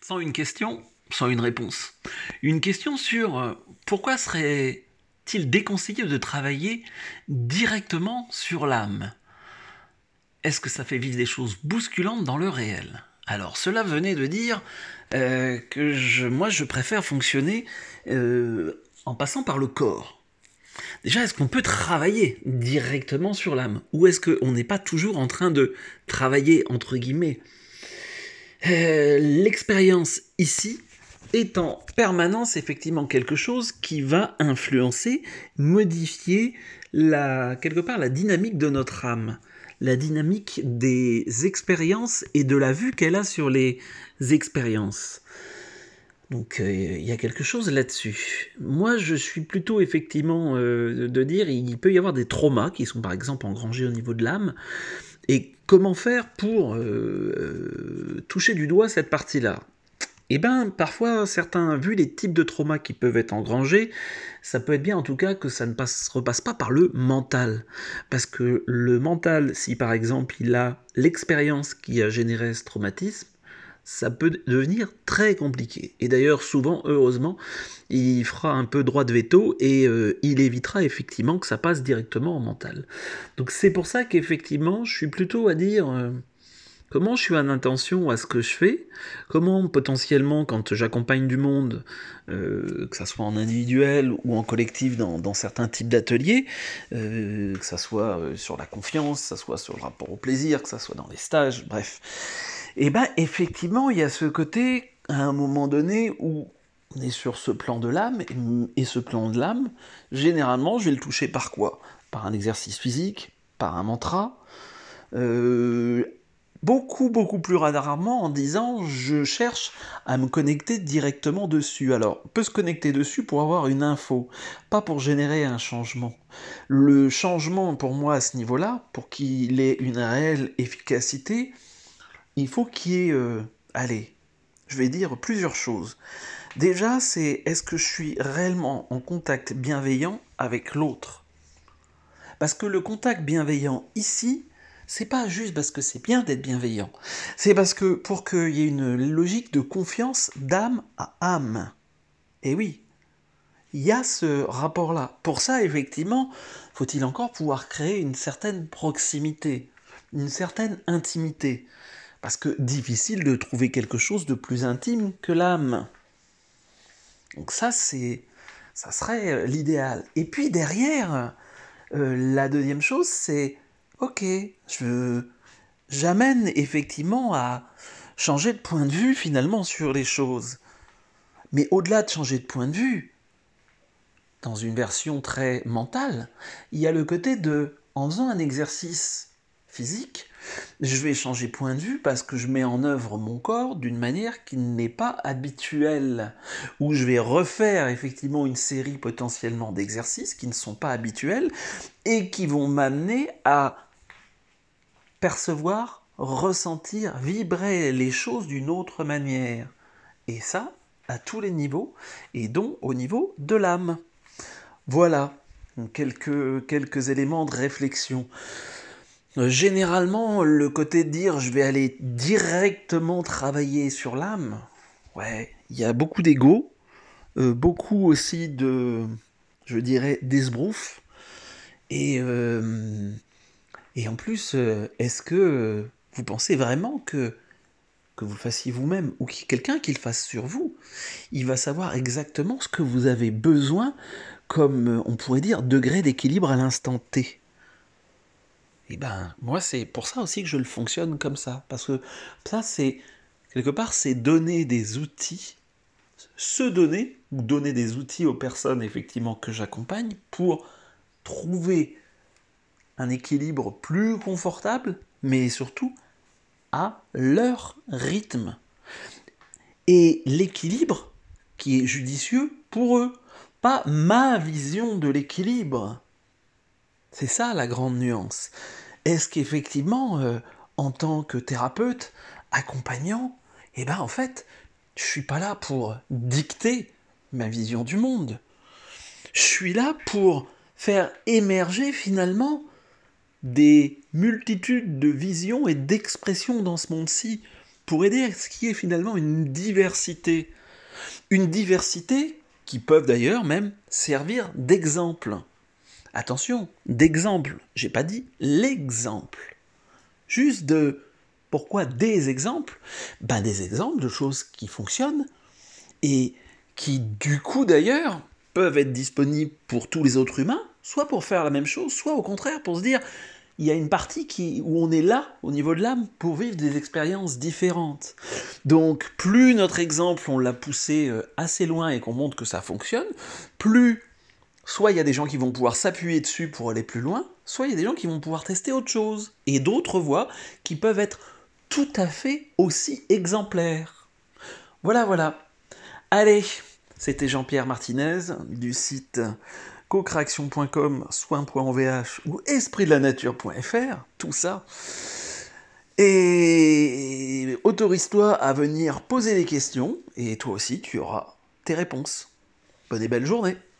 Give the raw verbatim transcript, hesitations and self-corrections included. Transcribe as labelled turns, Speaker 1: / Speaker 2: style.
Speaker 1: Sans une question, sans une réponse. Une question sur euh, pourquoi serait-il déconseillé de travailler directement sur l'âme? Est-ce que ça fait vivre des choses bousculantes dans le réel? Alors, cela venait de dire euh, que je, moi, je préfère fonctionner euh, en passant par le corps. Déjà, est-ce qu'on peut travailler directement sur l'âme? Ou est-ce qu'on n'est pas toujours en train de travailler, entre guillemets? Euh, L'expérience ici est en permanence effectivement quelque chose qui va influencer, modifier la, quelque part la dynamique de notre âme, la dynamique des expériences et de la vue qu'elle a sur les expériences. Donc il euh, y a quelque chose là-dessus. Moi, je suis plutôt effectivement euh, de dire il peut y avoir des traumas qui sont par exemple engrangés au niveau de l'âme. Et comment faire pour euh, toucher du doigt cette partie-là? Eh bien, parfois, certains, vu les types de traumas qui peuvent être engrangés, ça peut être bien en tout cas que ça ne passe, repasse pas par le mental. Parce que le mental, si par exemple il a l'expérience qui a généré ce traumatisme, ça peut devenir très compliqué. Et d'ailleurs, souvent, heureusement, il fera un peu droit de veto et euh, il évitera effectivement que ça passe directement au mental. Donc c'est pour ça qu'effectivement, je suis plutôt à dire euh, comment je suis en intention à ce que je fais, comment potentiellement quand j'accompagne du monde, euh, que ça soit en individuel ou en collectif dans, dans certains types d'ateliers, euh, que ça soit euh, sur la confiance, que ça soit sur le rapport au plaisir, que ça soit dans les stages, bref. Et ben effectivement, il y a ce côté, à un moment donné, où on est sur ce plan de l'âme, et ce plan de l'âme, généralement, je vais le toucher par quoi? Par un exercice physique, par un mantra, euh, beaucoup, beaucoup plus rarement en disant je cherche à me connecter directement dessus. Alors, on peut se connecter dessus pour avoir une info, pas pour générer un changement. Le changement, pour moi, à ce niveau-là, pour qu'il ait une réelle efficacité, il faut qu'il y ait, euh, allez, je vais dire plusieurs choses. Déjà, c'est est-ce que je suis réellement en contact bienveillant avec l'autre? Parce que le contact bienveillant ici, c'est pas juste parce que c'est bien d'être bienveillant. C'est parce que pour qu'il y ait une logique de confiance d'âme à âme. Et oui, il y a ce rapport-là. Pour ça, effectivement, faut-il encore pouvoir créer une certaine proximité, une certaine intimité. Parce que difficile de trouver quelque chose de plus intime que l'âme. Donc ça, c'est, ça serait l'idéal. Et puis derrière, euh, la deuxième chose, c'est, ok, je, j'amène effectivement à changer de point de vue finalement sur les choses. Mais au-delà de changer de point de vue, dans une version très mentale, il y a le côté de, en faisant un exercice physique, je vais changer point de vue parce que je mets en œuvre mon corps d'une manière qui n'est pas habituelle, où je vais refaire effectivement une série potentiellement d'exercices qui ne sont pas habituels et qui vont m'amener à percevoir, ressentir, vibrer les choses d'une autre manière. Et ça, à tous les niveaux, et donc au niveau de l'âme. Voilà, quelques, quelques éléments de réflexion. Euh, Généralement, le côté de dire je vais aller directement travailler sur l'âme, ouais, il y a beaucoup d'ego, euh, beaucoup aussi de, je dirais, d'esbrouf. Et, euh, et en plus, euh, est-ce que euh, vous pensez vraiment que, que vous le fassiez vous-même ou qu'il y ait quelqu'un qui le fasse sur vous? Il va savoir exactement ce que vous avez besoin comme, euh, on pourrait dire, degré d'équilibre à l'instant T. Et ben, moi, c'est pour ça aussi que je le fonctionne comme ça. Parce que ça, c'est, quelque part, c'est donner des outils, se donner, ou donner des outils aux personnes, effectivement, que j'accompagne, pour trouver un équilibre plus confortable, mais surtout à leur rythme. Et l'équilibre qui est judicieux pour eux, pas ma vision de l'équilibre. C'est ça la grande nuance. Est-ce qu'effectivement, euh, en tant que thérapeute, accompagnant, eh ben en fait, je suis pas là pour dicter ma vision du monde. Je suis là pour faire émerger finalement des multitudes de visions et d'expressions dans ce monde-ci, pour aider à ce qu'il y ait finalement une diversité. Une diversité qui peuvent d'ailleurs même servir d'exemple. Attention, d'exemple, j'ai pas dit l'exemple. Juste de... Pourquoi des exemples? Ben des exemples de choses qui fonctionnent et qui du coup d'ailleurs peuvent être disponibles pour tous les autres humains, soit pour faire la même chose, soit au contraire pour se dire il y a une partie qui, où on est là, au niveau de l'âme, pour vivre des expériences différentes. Donc plus notre exemple on l'a poussé assez loin et qu'on montre que ça fonctionne, plus soit il y a des gens qui vont pouvoir s'appuyer dessus pour aller plus loin, soit il y a des gens qui vont pouvoir tester autre chose, et d'autres voies qui peuvent être tout à fait aussi exemplaires. Voilà, voilà. Allez, c'était Jean-Pierre Martinez du site cocreaction point com, soin point o v h ou esprit de la nature point f r, tout ça. Et autorise-toi à venir poser des questions, et toi aussi tu auras tes réponses. Bonne et belle journée.